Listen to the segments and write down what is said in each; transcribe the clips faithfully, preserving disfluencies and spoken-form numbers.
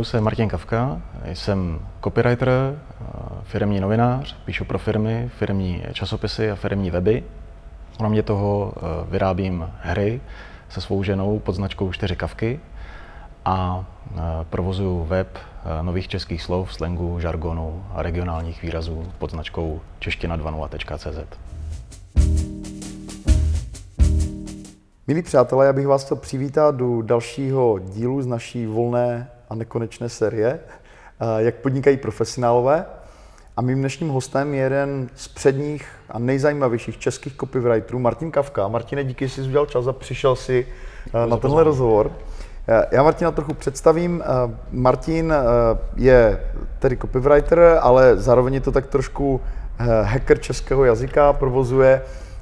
se Martin Kafka, jsem copywriter, firemní novinář, píšu pro firmy, firemní časopisy a firemní weby. Kromě toho vyrábím hry se svou ženou pod značkou čtyři kavky a provozuju web nových českých slov, slangu, žargonu a regionálních výrazů pod značkou čeština dva nula tečka cé zet. Milí přátelé, já bych vás chtěl přivítat do dalšího dílu z naší volné a nekonečné série, jak podnikají profesionálové. A mým dnešním hostem je jeden z předních a nejzajímavějších českých copywriterů, Martin Kafka. Martine, díky, že jsi udělal čas a přišel si na tenhle rozhovor. Já Martina trochu představím. Martin je tedy copywriter, ale zároveň je to tak trošku hacker českého jazyka, provozuje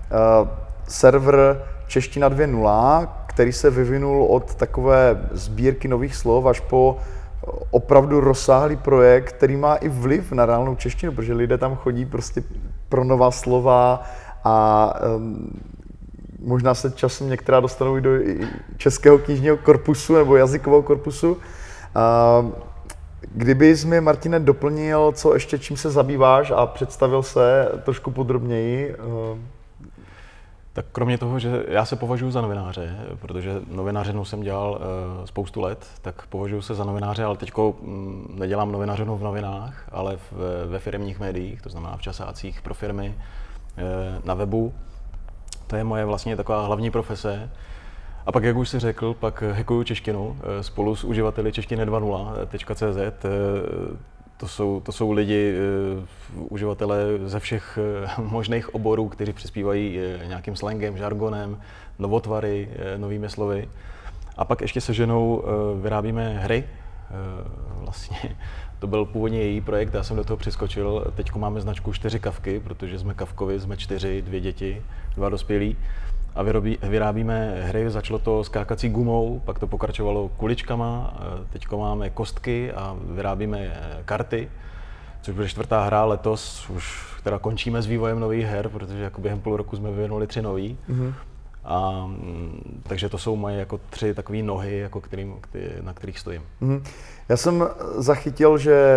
server čeština dva nula, který se vyvinul od takové sbírky nových slov až po opravdu rozsáhlý projekt, který má i vliv na reálnou češtinu, protože lidé tam chodí prostě pro nová slova a um, možná se časem některá dostanou i do českého knižního korpusu nebo jazykového korpusu. Uh, Kdybys mi, Martine, doplnil, co ještě čím se zabýváš a představil se trošku podrobněji. Uh, Tak kromě toho, že já se považuji za novináře, protože novinářinu jsem dělal uh, spoustu let, tak považuji se za novináře, ale teďko um, nedělám novinářinu v novinách, ale v, ve firemních médiích, to znamená v časácích pro firmy, uh, na webu. To je moje vlastně taková hlavní profese. A pak, jak už si řekl, pak hackuju češtinu uh, spolu s uživateli češtiny dva nula tečka cé zet. Uh, To jsou, to jsou lidi, uh, uživatelé ze všech uh, možných oborů, kteří přispívají uh, nějakým slangem, žargonem, novotvary, uh, novými slovy. A pak ještě se ženou uh, vyrábíme hry. Uh, vlastně to byl původně její projekt, já jsem do toho přiskočil. Teď máme značku čtyři kavky, protože jsme kavkovi, jsme čtyři, dvě děti, dva dospělí. A vyrobí, vyrábíme hry, začalo to skákací gumou, pak to pokračovalo kuličkama, teďko máme kostky a vyrábíme karty, což bude čtvrtá hra letos, už teda končíme s vývojem nových her, protože jako během půl roku jsme vyvinuli tři nový. Mm-hmm. A, takže to jsou moje jako tři takové nohy, jako kterým, na kterých stojím. Mm-hmm. Já jsem zachytil, že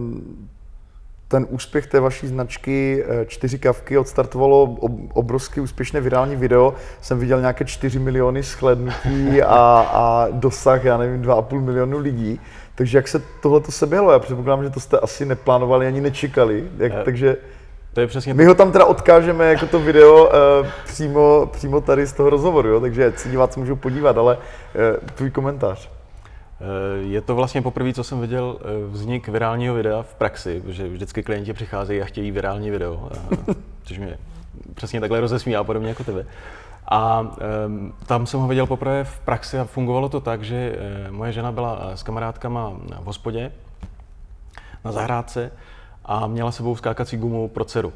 ten úspěch té vaší značky čtyři kavky odstartovalo obrovsky úspěšné virální video. Jsem viděl nějaké čtyři miliony shlédnutí a, a dosah, já nevím, dva a půl milionu lidí. Takže jak se tohleto seběhlo? Já předpokládám, že to jste asi neplánovali ani nečekali. Jak, je, takže to je přesně my to. Ho tam teda odkážeme jako to video uh, přímo, přímo tady z toho rozhovoru, jo? Takže si diváci můžou podívat, ale uh, tvůj komentář. Je to vlastně poprvé, co jsem viděl vznik virálního videa v praxi, protože vždycky klienti přicházejí a chtějí virální video, což mě přesně takhle rozesmívá, podobně jako tebe. A um, tam jsem ho viděl poprvé v praxi a fungovalo to tak, že moje žena byla s kamarádkama v hospodě na zahrádce a měla sebou skákací gumu pro dceru.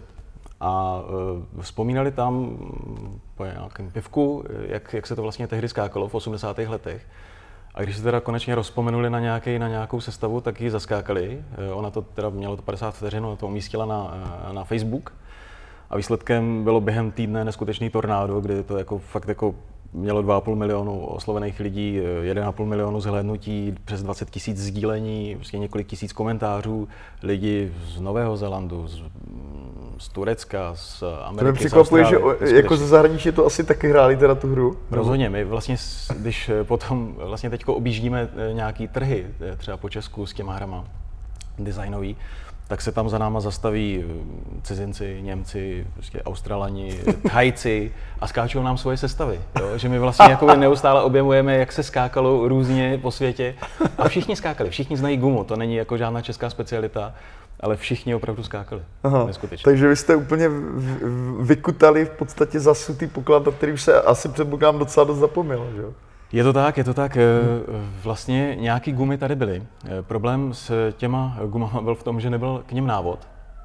A uh, vzpomínali tam po nějakém pivku, jak, jak se to vlastně tehdy skákalo v osmdesátých letech. A když se teda konečně rozpomenuli na, nějaký, na nějakou sestavu, tak ji zaskákali. Ona to teda měla to padesát vteřin, ona to umístila na, na Facebook. A výsledkem bylo během týdne neskutečný tornádo, kdy to jako fakt jako mělo dva a půl milionu oslovených lidí, jeden a půl milionu zhlédnutí, přes dvacet tisíc sdílení, prostě několik tisíc komentářů, lidi z Nového Zélandu, z, z Turecka, z Ameriky. To mě překvapuje, že jako ze zahraničí to asi taky hráli teda tu hru. Rozhodně, my vlastně, když potom vlastně teďko objíždíme nějaký trhy, třeba po Česku s těma hrama designový, tak se tam za náma zastaví cizinci, Němci, prostě Australani, Thajci a skáčou nám svoje sestavy. Jo? Že my vlastně jako neustále objevujeme, jak se skákalo různě po světě a všichni skákali, všichni znají gumu, to není jako žádná česká specialita, ale všichni opravdu skákali. Aha, neskutečně. Takže vy jste úplně vykutali v podstatě zasutý poklad, na který už se asi předpokládám docela dost zapomnělo, že jo? Je to tak, je to tak. Vlastně nějaký gumy tady byly. Problém s těma gumama byl v tom, že nebyl k nim návod.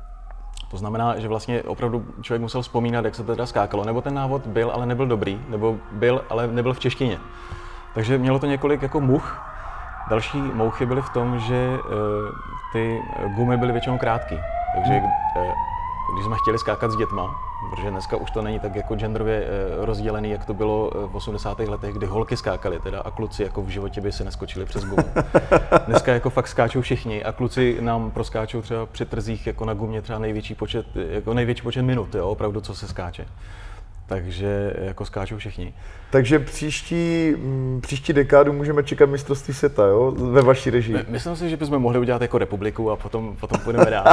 To znamená, že vlastně opravdu člověk musel vzpomínat, jak se to teda skákalo. Nebo ten návod byl, ale nebyl dobrý, nebo byl, ale nebyl v češtině. Takže mělo to několik jako much. Další mouchy byly v tom, že ty gumy byly většinou krátké. Takže když jsme chtěli skákat s dětma, protože dneska už to není tak jako genderově rozdělený, jak to bylo v osmdesátých letech, kdy holky skákaly teda a kluci jako v životě by se neskočili přes gumu. Dneska jako fakt skáčou všichni a kluci nám proskáčou třeba při trzích jako na gumě třeba největší počet, jako největší počet minut, jo, opravdu, co se skáče. Takže jako skáčou všichni. Takže příští, příští dekádu můžeme čekat mistrovství světa, jo? Ve vaší režii. Myslím si, že bychom mohli udělat jako republiku a potom, potom půjdeme dál.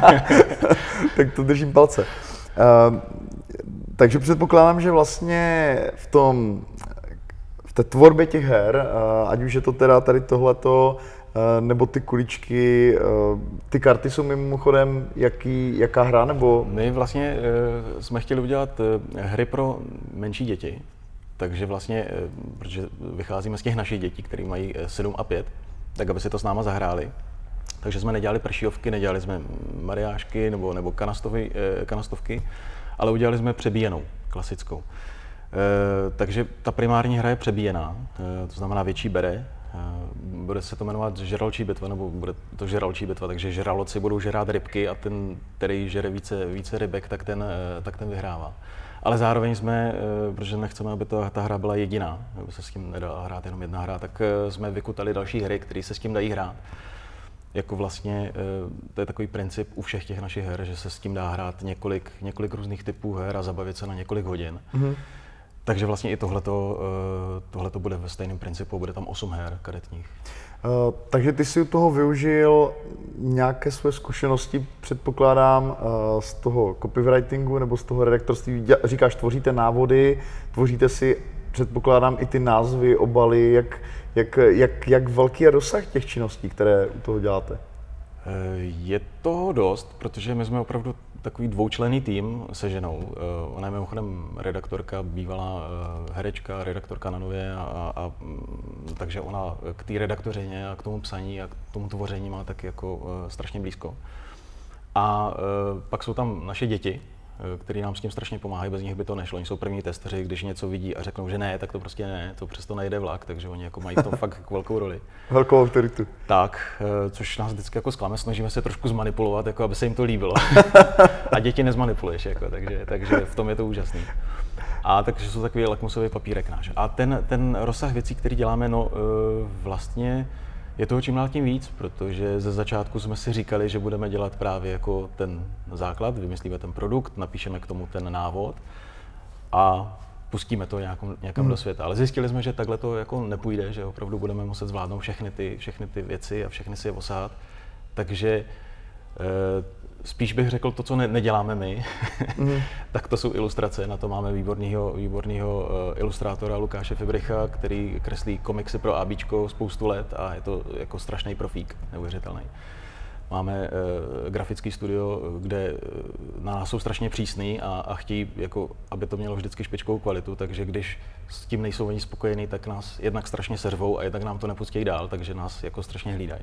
Tak to držím palce. Uh, takže předpokládám, že vlastně v tom, v té tvorbě těch her, uh, ať už je to teda tady tohleto, nebo ty kuličky, ty karty jsou mimochodem jaký, jaká hra, nebo? My vlastně jsme chtěli udělat hry pro menší děti, takže vlastně, protože vycházíme z těch našich dětí, které mají sedm a pět, tak aby si to s náma zahráli. Takže jsme nedělali pršíovky, nedělali jsme mariášky nebo, nebo kanastovy, kanastovky, ale udělali jsme přebíjenou, klasickou. Takže ta primární hra je přebíjená, to znamená větší bere. Bude se to jmenovat žraločí bitva, nebo bude to žraločí bitva, takže žraloci budou žrát rybky a ten, který žere více, více rybek, tak ten, tak ten vyhrává. Ale zároveň jsme, protože nechceme, aby to, ta hra byla jediná, aby se s tím nedala hrát jenom jedna hra, tak jsme vykutali další hry, které se s tím dají hrát. Jako vlastně, to je takový princip u všech těch našich her, že se s tím dá hrát několik, několik různých typů her a zabavit se na několik hodin. Mm-hmm. Takže vlastně i tohleto, tohleto bude ve stejném principu, bude tam osm her karetních. Uh, takže ty si u toho využil nějaké své zkušenosti, předpokládám, uh, z toho copywritingu nebo z toho redaktorství. Říkáš, tvoříte návody, tvoříte si, předpokládám, i ty názvy, obaly, jak, jak, jak, jak velký je rozsah těch činností, které u toho děláte? Je toho dost, protože my jsme opravdu takový dvoučlenný tým se ženou. Ona je mimochodem redaktorka, bývalá herečka, redaktorka na Nově, a, a, a takže ona k té redaktořině a k tomu psaní a k tomu tvoření má tak jako strašně blízko. A pak jsou tam naše děti, který nám s tím strašně pomáhají, bez nich by to nešlo. Oni jsou první testeři, když něco vidí a řeknou, že ne, tak to prostě ne, to přesto nejde vlak, takže oni jako mají v tom fakt velkou roli. Velkou autoritu. Tak, což nás vždycky jako zklame, snažíme se trošku zmanipulovat, jako aby se jim to líbilo. A děti nezmanipuluješ, jako, takže, takže v tom je to úžasný. A takže jsou takový lakmusový papírek náš. A ten, ten rozsah věcí, který děláme, no vlastně je toho čím dál tím víc, protože ze začátku jsme si říkali, že budeme dělat právě jako ten základ, vymyslíme ten produkt, napíšeme k tomu ten návod a pustíme to nějakom, někam hmm. do světa. Ale zjistili jsme, že takhle to jako nepůjde, že opravdu budeme muset zvládnout všechny ty, všechny ty věci a všechny si je osát. Takže e, spíš bych řekl to, co ne, neděláme my, mm. tak to jsou ilustrace. Na to máme výborného, výborného uh, ilustrátora Lukáše Fibricha, který kreslí komiksy pro ABčko spoustu let a je to jako strašný profík, neuvěřitelný. Máme uh, grafický studio, kde uh, na nás jsou strašně přísný a, a chtějí, jako, aby to mělo vždycky špičkovou kvalitu, takže když s tím nejsou oni spokojení, tak nás jednak strašně servou a jednak nám to nepustí dál, takže nás jako strašně hlídají.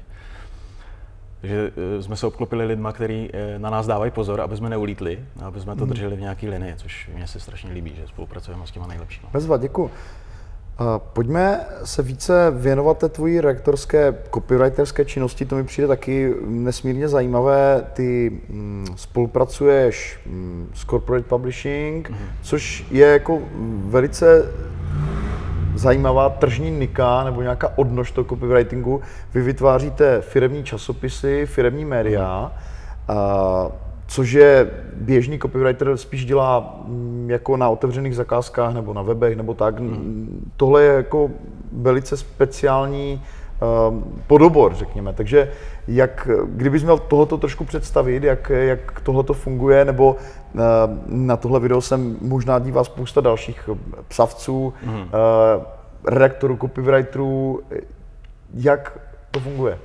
Takže jsme se obklopili lidma, kteří na nás dávají pozor, aby jsme neulítli, aby jsme to drželi v nějaké linii, což mně se strašně líbí, že spolupracujeme s těma nejlepšíma. Bezva, děkuji. Pojďme se více věnovat té tvojí redaktorské, copywriterské činnosti, to mi přijde taky nesmírně zajímavé. Ty mm, spolupracuješ mm, s corporate publishing, mm-hmm. což je jako velice zajímavá tržní nika nebo nějaká odnož toho copywritingu. Vy vytváříte firemní časopisy, firemní média, a, což je běžný copywriter spíš dělá m, jako na otevřených zakázkách nebo na webech nebo tak. Hmm. Tohle je jako velice speciální um, podobor, řekněme. Takže jak, kdybys měl tohoto trošku představit, jak, jak tohleto funguje, nebo uh, na tohle video se možná dívá spousta dalších psavců, hmm. uh, redaktorů, copywriterů, jak to funguje?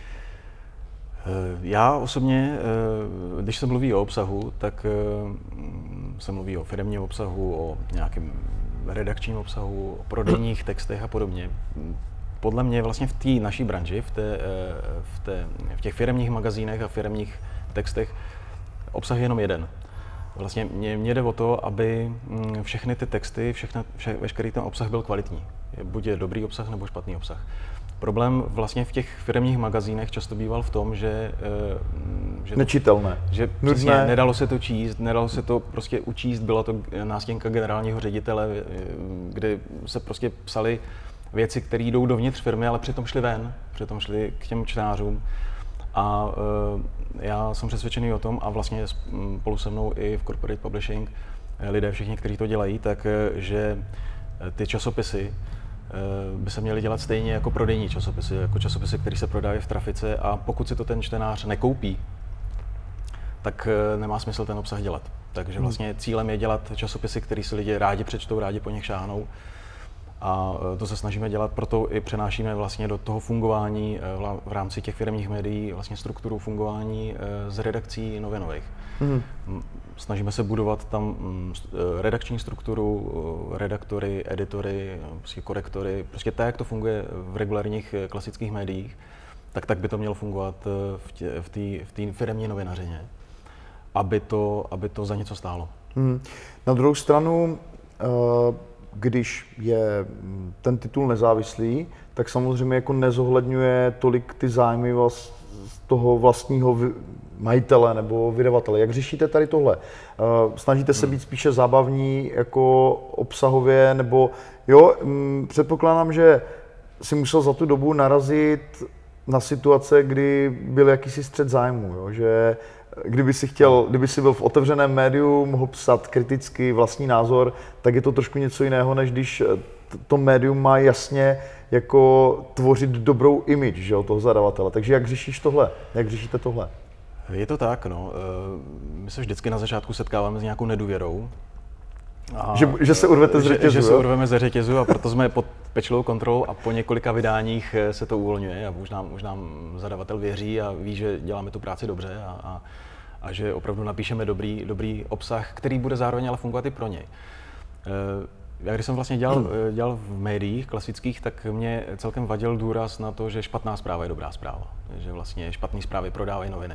Já osobně, když se mluví o obsahu, tak se mluví o firemním obsahu, o nějakém redakčním obsahu, o prodejních textech a podobně. Podle mě vlastně v té naší branži, v, té, v, té, v těch firemních magazínech a firemních textech obsah je jenom jeden. Vlastně mě, mě jde o to, aby všechny ty texty, všechny, vše, veškerý ten obsah byl kvalitní. Buď je dobrý obsah nebo špatný obsah. Problém vlastně v těch firemních magazínech často býval v tom, že... že Nečitelné. Že přesně nedalo se to číst, nedalo se to prostě učíst, byla to nástěnka generálního ředitele, kde se prostě psaly věci, které jdou dovnitř firmy, ale přitom šly ven, přitom šly k těm čtenářům. A uh, já jsem přesvědčený o tom, a vlastně spolu se mnou i v Corporate Publishing lidé všichni, kteří to dělají, tak že ty časopisy by se měly dělat stejně jako prodejní časopisy, jako časopisy, které se prodávají v trafice, a pokud si to ten čtenář nekoupí, tak nemá smysl ten obsah dělat. Takže vlastně cílem je dělat časopisy, které si lidi rádi přečtou, rádi po nich šáhnou. A to se snažíme dělat, proto i přenášíme vlastně do toho fungování v rámci těch firemních médií vlastně strukturu fungování z redakcí novinových. Mm. Snažíme se budovat tam redakční strukturu, redaktory, editory, prostě korektory, prostě tak, jak to funguje v regulárních klasických médiích, tak tak by to mělo fungovat v té v té firemní novinařině, aby to, aby to za něco stálo. Mm. Na druhou stranu, uh... když je ten titul nezávislý, tak samozřejmě jako nezohledňuje tolik ty zájmy vlast, toho vlastního majitele nebo vydavatele. Jak řešíte tady tohle? Snažíte se být spíše zábavní jako obsahově, nebo jo, předpokládám, že si musel za tu dobu narazit na situace, kdy byl jakýsi střet zájmu, jo? Že kdyby si chtěl, kdyby si byl v otevřeném médiu, mohl psat kriticky vlastní názor, tak je to trošku něco jiného, než když to médium má jasně jako tvořit dobrou image, že jo, toho zadavatele. Takže jak řešíš tohle? Jak řešíte tohle? Je to tak, no. My se vždycky na začátku setkáváme s nějakou nedůvěrou. A že, že se urvete z řetězu, Že, že se urveme ze řetězu, a proto jsme pod pečlivou kontrolou a po několika vydáních se to uvolňuje a už nám, už nám zadavatel věří a ví, že děláme tu práci dobře a, a, a že opravdu napíšeme dobrý, dobrý obsah, který bude zároveň ale fungovat i pro něj. Já když jsem vlastně dělal, dělal v médiích klasických, tak mě celkem vadil důraz na to, že špatná zpráva je dobrá zpráva. Že vlastně špatné zprávy prodávají noviny.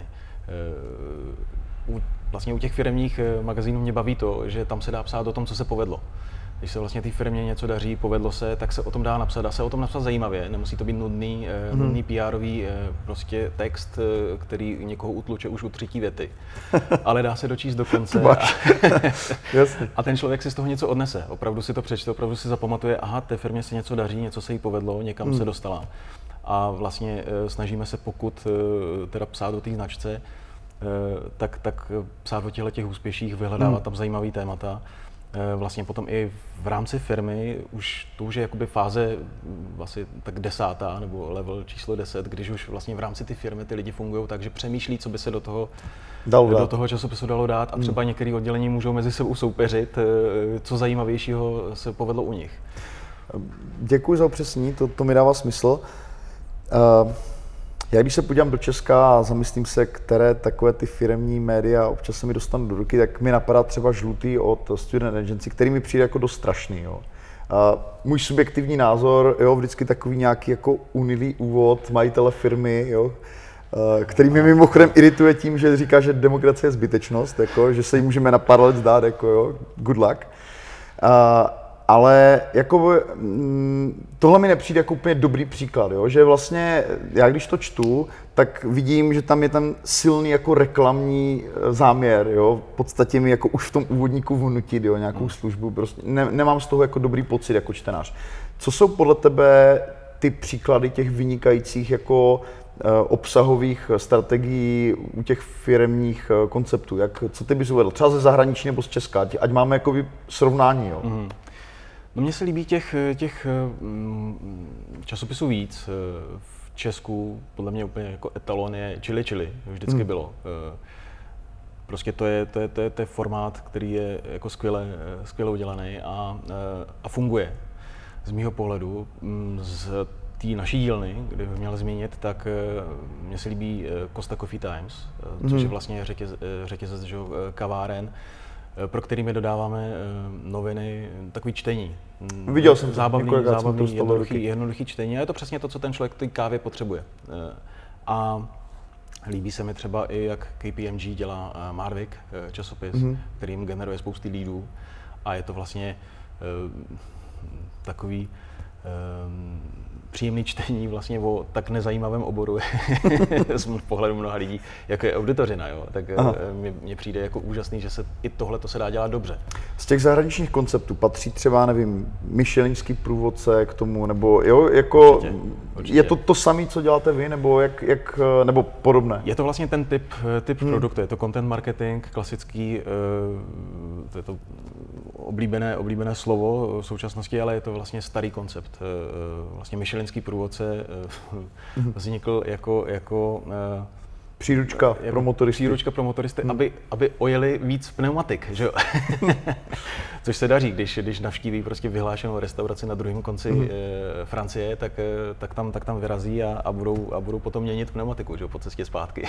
U, vlastně u těch firemních magazínů mě baví to, že tam se dá psát o tom, co se povedlo. Když se vlastně té firmě něco daří, povedlo se, tak se o tom dá napsat. Dá se o tom napsat zajímavě, nemusí to být nudný, mm. nudný P R-ový prostě text, který někoho utluče už u třetí věty. Ale dá se dočíst do konce a, a ten člověk si z toho něco odnese. Opravdu si to přečte, opravdu si zapamatuje, aha, té firmě se něco daří, něco se jí povedlo, někam mm. se dostala. A vlastně snažíme se, pokud teda psát o té značce, tak, tak psát o těchto těch úspěších, vyhledávat mm. tam zajímavý témata. Vlastně potom i v rámci firmy už to už je jakoby fáze vlastně tak desátá nebo level číslo deset, když už vlastně v rámci ty firmy ty lidi fungují tak, že přemýšlí, co by se do toho, do toho časopisu dalo dát, a třeba některé oddělení můžou mezi sebou soupeřit, co zajímavějšího se povedlo u nich. Děkuji za upřesnění, to, to mi dává smysl. Uh... Já když se podívám do Česka a zamyslím se, které takové ty firemní média občas se mi dostanou do ruky, tak mi napadá třeba Žlutý od Student Agency, který mi přijde jako dost strašný. Jo. Uh, můj subjektivní názor, jo, vždycky takový nějaký jako unilý úvod majitele firmy, jo, uh, který mě mimochodem irituje tím, že říká, že demokracie je zbytečnost, jako, že se jí můžeme na pár let zdát, jako jo, good luck. Uh, Ale jako, tohle mi nepřijde jako úplně dobrý příklad, jo? Že vlastně já když to čtu, tak vidím, že tam je ten silný jako reklamní záměr, jo? V podstatě mi jako už v tom úvodníku vnutit, jo? Nějakou službu, prostě ne, nemám z toho jako dobrý pocit jako čtenář. Co jsou podle tebe ty příklady těch vynikajících jako obsahových strategií u těch firemních konceptů? Jak, co ty bys uvedl? Třeba ze zahraničí nebo z Česka, ať máme jako srovnání, jo? Mm. No mně se líbí těch, těch časopisů víc. V Česku podle mě úplně jako etalon je Chili Chili, vždycky hmm. bylo. Prostě to je, to, je, to, je, to je formát, který je jako skvěle, skvěle udělaný a, a funguje. Z mýho pohledu, z té naší dílny, kde bych měl zmínit, tak mně se líbí Costa Coffee Times, což hmm. je vlastně řetězec, řetězec kaváren, pro který my dodáváme noviny, takový čtení. Viděl jsem zábavný, zábavný jednoduchý, jednoduchý čtení a je to přesně to, co ten člověk té kávě potřebuje. A líbí se mi třeba i, jak K P M G dělá Marwick časopis, mm-hmm. který jim generuje spousty leadů a je to vlastně takový příjemný čtení vlastně o tak nezajímavém oboru z pohledu mnoha lidí, jako je auditořina, jo? Tak mně přijde jako úžasný, že se i tohle to se dá dělat dobře. Z těch zahraničních konceptů patří třeba, nevím, michelinský průvodce k tomu, nebo jo, jako určitě, určitě. Je to to samé, co děláte vy, nebo jak, jak nebo podobné? Je to vlastně ten typ, typ hmm. produktu, je to content marketing, klasický, to je to oblíbené, oblíbené slovo v současnosti, ale je to vlastně starý koncept. Vlastně michelinský průvodce vznikl jako, jako příručka jako pro motoristy, příručka pro motoristy hmm. aby, aby ojeli víc pneumatik, že jo? Což se daří, když, když navštíví prostě vyhlášenou restauraci na druhém konci hmm. e, Francie, tak, tak, tam, tak tam vyrazí a, a, budou, a budou potom měnit pneumatiku, že jo, po cestě zpátky.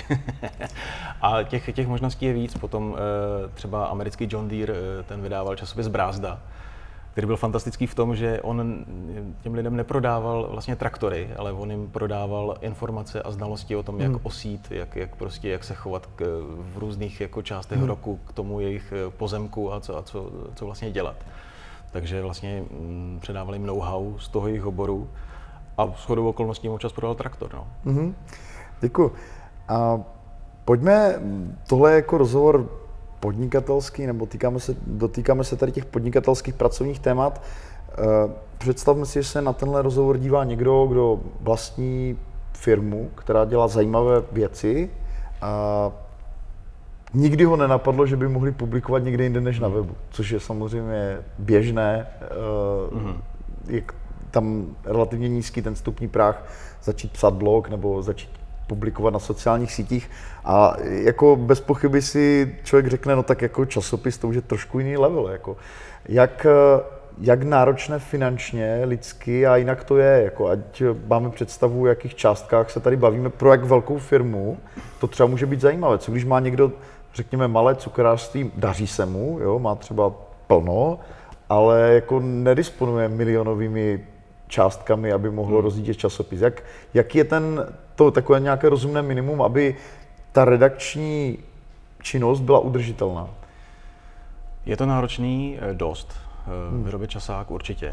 A těch, těch možností je víc. Potom e, třeba americký John Deere, e, ten vydával časopis Brázda, který byl fantastický v tom, že on těm lidem neprodával vlastně traktory, ale on jim prodával informace a znalosti o tom, jak hmm. osít, jak, jak, prostě, jak se chovat k, v různých jako částech hmm. roku k tomu jejich pozemku a co, a co, co vlastně dělat. Takže vlastně m, předávali jim know-how z toho jejich oboru a shodou okolností jim občas prodal traktor. No. Hmm. Děkuji. A pojďme, tohle je jako rozhovor podnikatelský, nebo týkáme se, dotýkáme se tady těch podnikatelských pracovních témat. Představme si, že se na tenhle rozhovor dívá někdo, kdo vlastní firmu, která dělá zajímavé věci a nikdy ho nenapadlo, že by mohli publikovat někde jinde než na webu, což je samozřejmě běžné. Mm-hmm. Je tam relativně nízký ten vstupní práh začít psát blog nebo začít publikovat na sociálních sítích a jako bez pochyby si člověk řekne, no tak jako časopis to už je trošku jiný level. Jako. Jak, jak náročné finančně, lidsky a jinak to je, jako ať máme představu, o jakých částkách se tady bavíme, pro jak velkou firmu, to třeba může být zajímavé. Co když má někdo, řekněme, malé cukrářství, daří se mu, jo, má třeba plno, ale jako nedisponuje milionovými částkami, aby mohlo hmm. rozjíždět časopis. Jak, jak je ten, to takové nějaké rozumné minimum, aby ta redakční činnost byla udržitelná? Je to náročný dost. Hmm. Vyrobit časák určitě.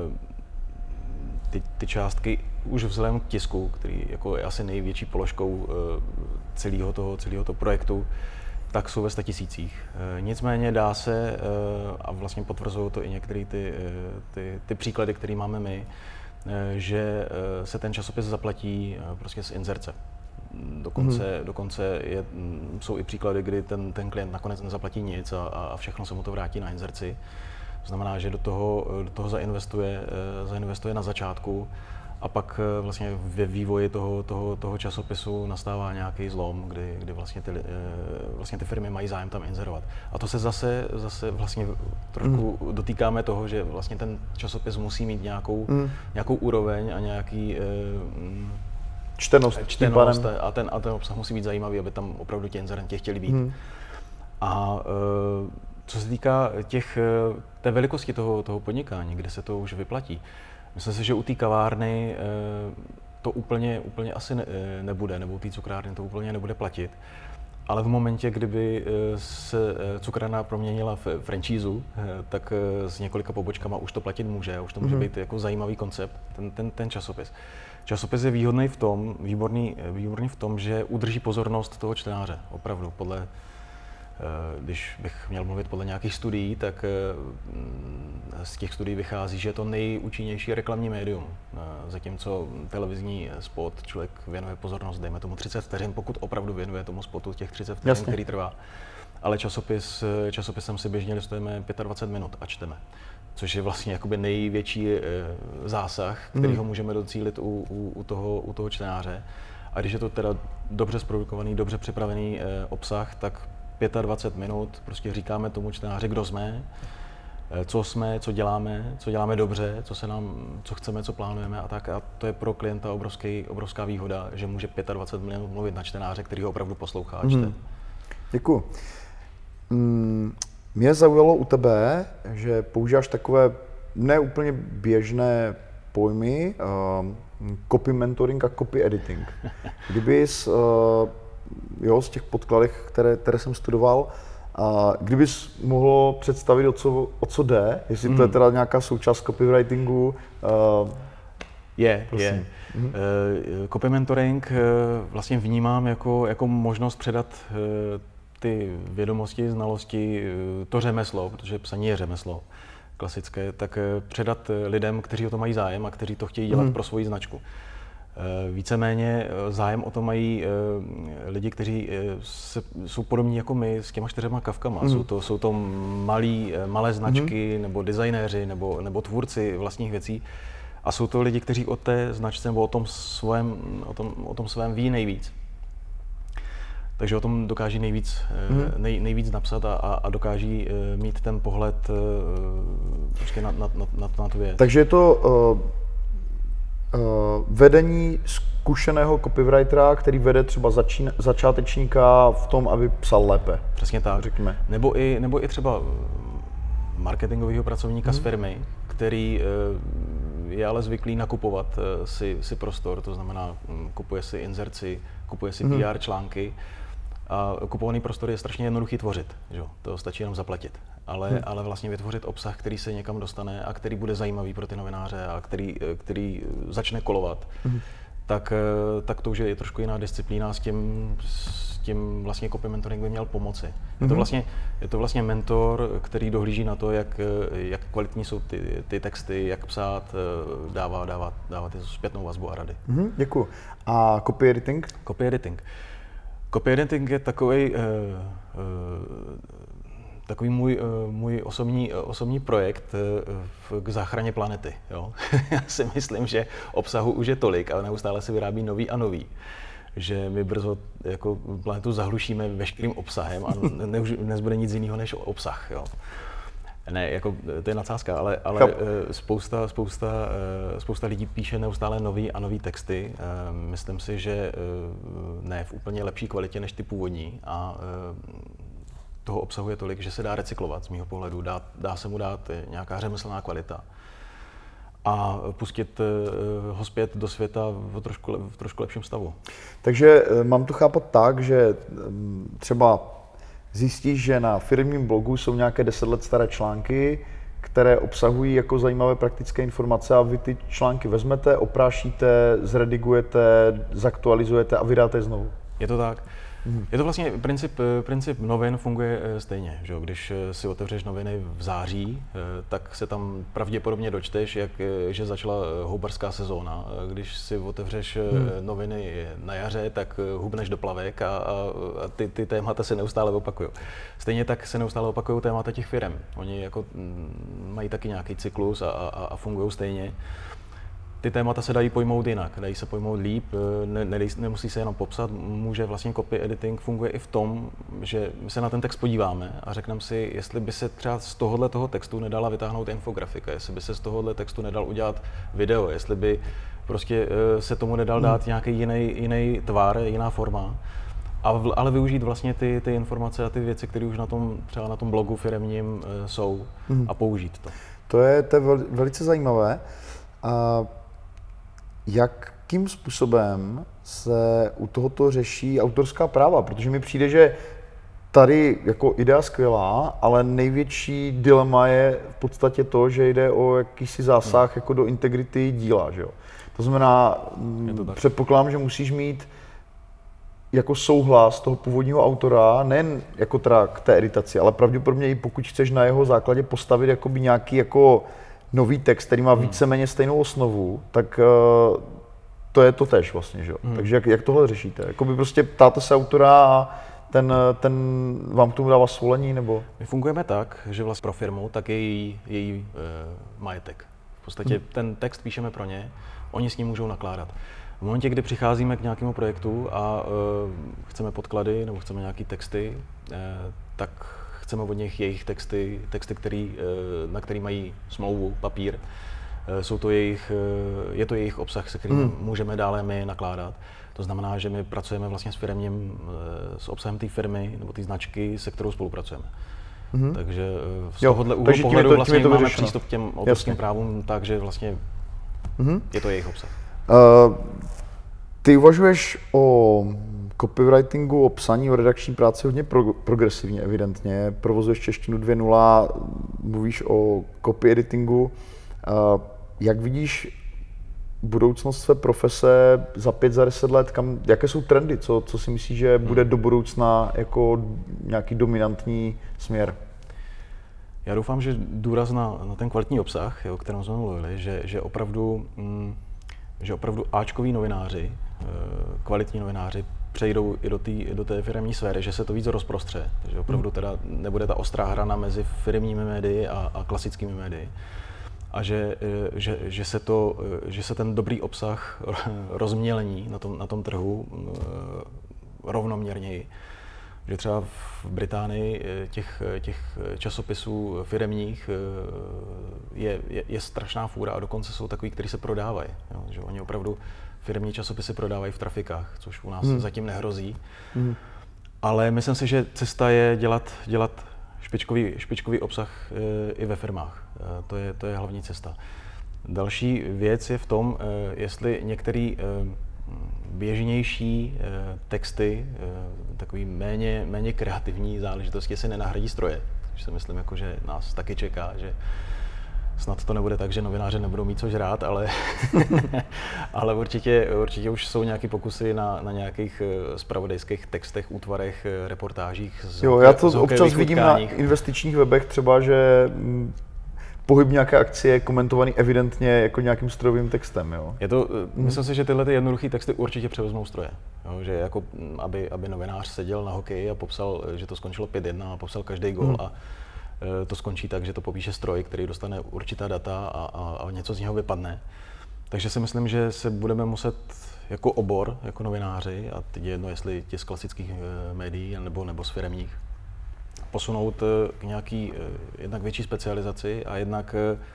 Ty, ty částky už vzhledem k tisku, který jako je asi největší položkou celého toho, celého toho projektu, tak jsou ve statisících. Nicméně dá se, a vlastně potvrzují to i některé ty, ty, ty příklady, které máme my, že se ten časopis zaplatí prostě z inzerce. Dokonce, hmm. dokonce je, jsou i příklady, kdy ten, ten klient nakonec nezaplatí nic a, a všechno se mu to vrátí na inzerci. To znamená, že do toho, do toho zainvestuje, zainvestuje na začátku a pak vlastně ve vývoji toho, toho, toho časopisu nastává nějaký zlom, kdy, kdy vlastně, ty, vlastně ty firmy mají zájem tam inzerovat. A to se zase, zase vlastně trošku mm. dotýkáme toho, že vlastně ten časopis musí mít nějakou, mm. nějakou úroveň a nějaký mm, čtenost, čtenost a, ten, a ten obsah musí být zajímavý, aby tam opravdu ti inzerenti chtěli být. Mm. A co se týká těch, té velikosti toho, toho podnikání, kde se to už vyplatí, myslím si, že u té kavárny to úplně, úplně asi ne, nebude, nebo u té cukrárny to úplně nebude platit. Ale v momentě, kdyby se cukrárna proměnila v franšízu, tak s několika pobočkama už to platit může, už to může mm-hmm. být jako zajímavý koncept, ten, ten, ten časopis. Časopis je výhodný v tom, výborný, výborný v tom, že udrží pozornost toho čtenáře, opravdu, podle Když bych měl mluvit podle nějakých studií, tak z těch studií vychází, že je to nejúčinnější reklamní médium. Zatímco televizní spot člověk věnuje pozornost, dejme tomu třicet vteřin, pokud opravdu věnuje tomu spotu těch třicet vteřin, Jasně. který trvá. Ale časopis, časopisem si běžně listujeme dvacet pět minut a čteme. Což je vlastně jakoby největší zásah, který ho můžeme docílit u, u, u, toho, u toho čtenáře. A když je to teda dobře zprodukovaný, dobře připravený obsah, tak dvacet pět minut prostě říkáme tomu čtenáři, kdo jsme, co jsme, co děláme, co děláme dobře, co se nám, co chceme, co plánujeme a tak. A to je pro klienta obrovský, obrovská výhoda, že může dvacet pět minut mluvit na čtenáře, který ho opravdu poslouchá a čte. Hmm. Děkuji. Mm, mě zaujalo u tebe, že používáš takové neúplně běžné pojmy, uh, copy mentoring a copy editing. Kdybys uh, jo, z těch podkladech, které, které jsem studoval, a kdybys mohl představit, o co, o co jde, jestli mm. to je teda nějaká součást copywritingu. Uh... Je, Prosím. je. Mm-hmm. Copy mentoring vlastně vnímám jako, jako možnost předat ty vědomosti, znalosti, to řemeslo, protože psaní je řemeslo klasické, tak předat lidem, kteří o to mají zájem a kteří to chtějí dělat mm. pro svoji značku. Víceméně zájem o to mají lidi, kteří se, jsou podobní jako my s těma čtyřema kavkama. Mm. Jsou to, jsou to malí, malé značky, mm. nebo designéři, nebo, nebo tvůrci vlastních věcí. A jsou to lidi, kteří o té značce nebo o tom svém, o tom, o tom svém ví nejvíc. Takže o tom dokáží nejvíc, mm. nej, nejvíc napsat a, a dokáží mít ten pohled prostě na, na, na, na tu věc. Takže je to uh, uh, vedení zkušeného copywritera, který vede třeba začín, začátečníka v tom, aby psal lépe. Přesně tak. Řekněme. Nebo i, nebo i třeba marketingového pracovníka mm. z firmy, který je ale zvyklý nakupovat si, si prostor, to znamená, kupuje si inzerci, kupuje si mm. P R články. A kupovaný prostor je strašně jednoduchý tvořit, že? To stačí jenom zaplatit. Ale, hmm. ale vlastně vytvořit obsah, který se někam dostane a který bude zajímavý pro ty novináře a který, který začne kolovat, hmm. tak, tak to už je trošku jiná disciplína, s tím, s tím vlastně copy mentoring by měl pomoci. Hmm. Je, to vlastně, je to vlastně mentor, který dohlíží na to, jak, jak kvalitní jsou ty, ty texty, jak psát, dává, dává, dává ty zpětnou vazbu a rady. Hmm, děkuju. A copy editing? Copy editing. Copy editing je takový, uh, uh, takový můj, uh, můj osobní, uh, osobní projekt uh, k záchraně planety. Jo? Já si myslím, že obsahu už je tolik, ale neustále se vyrábí nový a nový. Že my brzo jako planetu zahlušíme veškerým obsahem a ne, už nezbude nic jiného než obsah. Jo? Ne, jako to je nadsázka, ale, ale spousta, spousta, spousta lidí píše neustále nový a nový texty. Myslím si, že ne v úplně lepší kvalitě než ty původní a toho obsahu je tolik, že se dá recyklovat z mýho pohledu, dá, dá se mu dát nějaká řemeslná kvalita a pustit ho zpět do světa v trošku, v trošku lepším stavu. Takže mám to chápat tak, že třeba zjistíš, že na firmním blogu jsou nějaké deset let staré články, které obsahují jako zajímavé praktické informace a vy ty články vezmete, oprášíte, zredigujete, zaktualizujete a vydáte je znovu. Je to tak. Mm. Je to vlastně princip, princip novin funguje stejně, že? Když si otevřeš noviny v září, tak se tam pravděpodobně dočteš, jak, že začala houbařská sezóna. Když si otevřeš mm. noviny na jaře, tak hubneš do plavek a, a, a ty, ty témata se neustále opakují. Stejně tak se neustále opakují témata těch firem. Oni jako mají taky nějaký cyklus a, a, a fungují stejně. Ty témata se dají pojmout jinak, dají se pojmout líp, ne, ne, nemusí se jenom popsat, může vlastně copy editing funguje i v tom, že my se na ten text podíváme a řekneme si, jestli by se třeba z tohohle toho textu nedala vytáhnout infografika, jestli by se z tohohle textu nedal udělat video, jestli by prostě se tomu nedal dát nějaký jiný, jiný tvar, jiná forma. A v, ale využít vlastně ty, ty informace a ty věci, které už na tom, třeba na tom blogu firemním jsou mm. a použít to. To je, to je vel, velice zajímavé. A jakým způsobem se u tohoto řeší autorská práva? Protože mi přijde, že tady jako idea skvělá, ale největší dilema je v podstatě to, že jde o jakýsi zásah jako do integrity díla. Že jo? To znamená, to předpokládám, že musíš mít jako souhlas toho původního autora, nejen jako teda k té editaci, ale pravděpodobně i pokud chceš na jeho základě postavit jakoby nějaký jako nový text, který má hmm. víceméně stejnou osnovu, tak uh, to je to též vlastně, že jo. Hmm. Takže jak, jak tohle řešíte? Jakoby prostě ptáte se autora a ten, ten vám k tomu dává svolení, nebo? My fungujeme tak, že vlastně pro firmu, tak je její, její e, majetek. V podstatě hmm. ten text píšeme pro ně, oni s ním můžou nakládat. V momentě, kdy přicházíme k nějakému projektu a e, chceme podklady nebo chceme nějaké texty, e, tak chceme od nich jejich texty, texty, který, na který mají smlouvu, papír. Jsou to jejich, je to jejich obsah, se kterým mm. můžeme dále my nakládat. To znamená, že my pracujeme vlastně s firmním, s obsahem té firmy nebo té značky, se kterou spolupracujeme. Mm. Takže z tohohle úhlu pohledu to, vlastně máme vyřešeno. Přístup k těm autorským právům tak, že vlastně mm. je to jejich obsah. Uh, ty uvažuješ o copywritingu, o psaní, o redakční práci hodně pro, progresivně, evidentně. Provozuješ češtinu dvě tečka nula, mluvíš o copy editingu. Uh, jak vidíš budoucnost své profese za pět, za deset let, kam, jaké jsou trendy, co, co si myslíš, že bude do budoucna jako nějaký dominantní směr? Já doufám, že důraz na, na ten kvalitní obsah, o kterém jsme mluvili, že, že opravdu, mm, že opravdu áčkoví novináři, kvalitní novináři přejdou i do, tý, do té firemní sféry, že se to víc rozprostře, že opravdu teda nebude ta ostrá hrana mezi firemními médii a, a klasickými médii. A že, že, že, se to, že se ten dobrý obsah rozmělní na tom, na tom trhu rovnoměrněji. Že třeba v Británii těch, těch časopisů firemních je, je, je strašná fůra a dokonce jsou takový, kteří se prodávají. Jo? Že oni opravdu firemní časopisy prodávají v trafikách, což u nás hmm. zatím nehrozí. Hmm. Ale myslím si, že cesta je dělat, dělat špičkový, špičkový obsah i ve firmách. To je, to je hlavní cesta. Další věc je v tom, jestli některý běžnější texty, takový méně, méně kreativní záležitosti si nenahradí stroje. Takže si myslím, jako, že nás taky čeká, že snad to nebude tak, že novináři nebudou mít co žrát, ale, ale určitě, určitě už jsou nějaké pokusy na, na nějakých zpravodajských textech, útvarech, reportážích. Z jo, já to občas vidím utkáních. Na investičních webech třeba, že pohyb nějaké akcie je komentovaný evidentně jako nějakým strojovým textem, jo? Je to, hmm. Myslím si, že tyhle ty jednoduché texty určitě převezmou stroje. Jo? Že jako, aby, aby novinář seděl na hokeji a popsal, že to skončilo pět jedna a popsal každý gól hmm. a to skončí tak, že to popíše stroj, který dostane určitá data a, a, a něco z něho vypadne. Takže si myslím, že se budeme muset jako obor, jako novináři, a teď je jedno, jestli ti z klasických médií nebo, nebo z firemních, posunout k nějaký jednak větší specializaci a jednak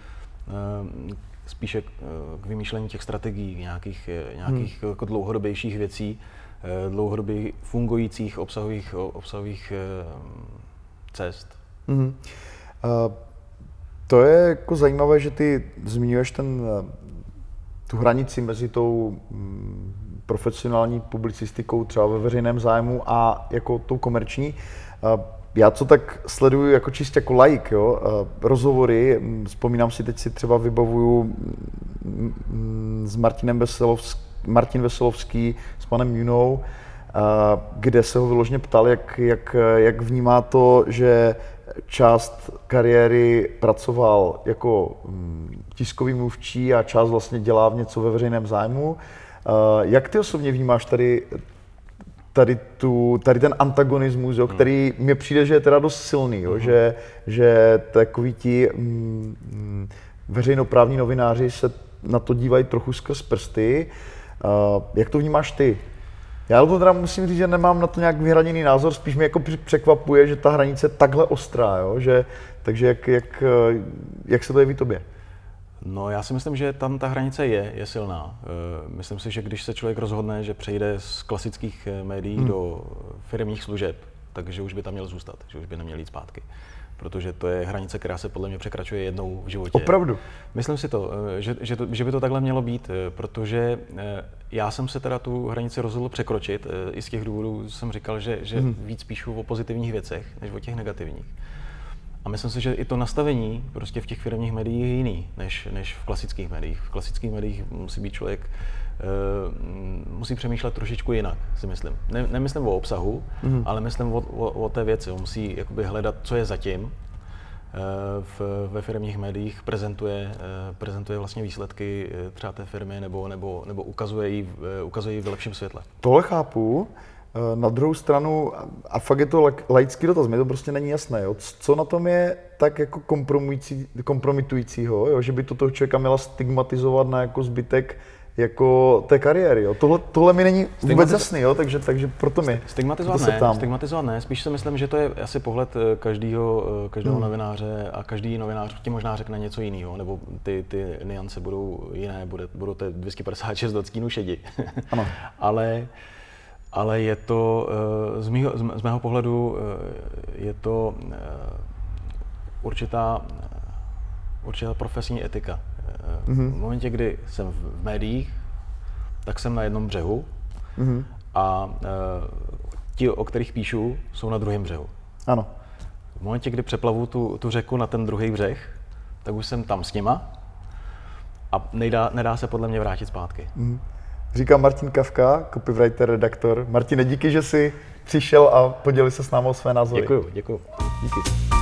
spíše k vymýšlení těch strategií, nějakých, nějakých hmm. jako dlouhodobějších věcí, dlouhodobě fungujících obsahových, obsahových cest. Mm-hmm. Uh, to je jako zajímavé, že ty zmiňuješ ten, tu hranici mezi tou mm, profesionální publicistikou třeba ve veřejném zájmu a jako tou komerční. Uh, já co tak sleduju jako čistě jako laik, jo, uh, rozhovory, vzpomínám si, teď si třeba vybavuju mm, s Martinem Veselovským, Martin Veselovský s panem Junou, kde se ho vyloženě ptal, jak, jak, jak vnímá to, že část kariéry pracoval jako tiskový mluvčí a část vlastně dělá v něco ve veřejném zájmu. Jak ty osobně vnímáš tady, tady, tu, tady ten antagonismus, jo, který mně přijde, že je teda dost silný, jo, uh-huh. že, že takoví ti mm, veřejnoprávní novináři se na to dívají trochu skrz prsty. Jak to vnímáš ty? Já to teda musím říct, že nemám na to nějak vyhraněný názor, spíš mě jako překvapuje, že ta hranice je takhle ostrá, jo? Že, takže jak, jak, jak se to jeví tobě? No já si myslím, že tam ta hranice je, je silná. Myslím si, že když se člověk rozhodne, že přejde z klasických médií hmm. do firemních služeb, takže už by tam měl zůstat, že už by neměl jít zpátky. Protože to je hranice, která se podle mě překračuje jednou v životě. Opravdu? Myslím si to, že, že, to, že by to takhle mělo být, protože já jsem se teda tu hranici rozhodl překročit. I z těch důvodů jsem říkal, že, že hmm. víc píšu o pozitivních věcech, než o těch negativních. A myslím si, že i to nastavení prostě v těch firemních médiích je jiný, než, než v klasických médiích. V klasických médiích musí být člověk, uh, musí přemýšlet trošičku jinak, si myslím. Ne, nemyslím o obsahu, mm. ale myslím o, o, o té věci. On musí jakoby hledat, co je zatím. Uh, v, ve firemních médiích prezentuje, uh, prezentuje vlastně výsledky uh, třeba té firmy nebo, nebo, nebo ukazuje ji uh, ukazuje ji v lepším světle. Tohle chápu. Na druhou stranu, a fakt je to laický dotaz, mi to prostě není jasné, jo? Co na tom je tak jako kompromitujícího, jo? Že by to toho člověka měla stigmatizovat na jako zbytek jako té kariéry. Jo? Tohle, tohle mi není vůbec jasný, jo? Takže, takže proto mi stigmatizovat proto ne, stigmatizovat ne, spíš si myslím, že to je asi pohled každého, každého hmm. novináře a každý novinář ti možná řekne něco jiného, nebo ty, ty niance budou jiné, bude, budou to dvě stě padesát šest odstínů šedi. Ano. Ale Ale je to, z mého, z mého pohledu, je to určitá, určitá profesní etika. Mm-hmm. V momentě, kdy jsem v médiích, tak jsem na jednom břehu mm-hmm. a ti, o kterých píšu, jsou na druhém břehu. Ano. V momentě, kdy přeplavu tu, tu řeku na ten druhý břeh, tak už jsem tam s nima a nejdá, nedá se podle mě vrátit zpátky. Mm. Říká Martin Kafka, copywriter, redaktor. Martine, díky, že jsi přišel a podělil se s námi o své názory. Děkuju, děkuju. Díky.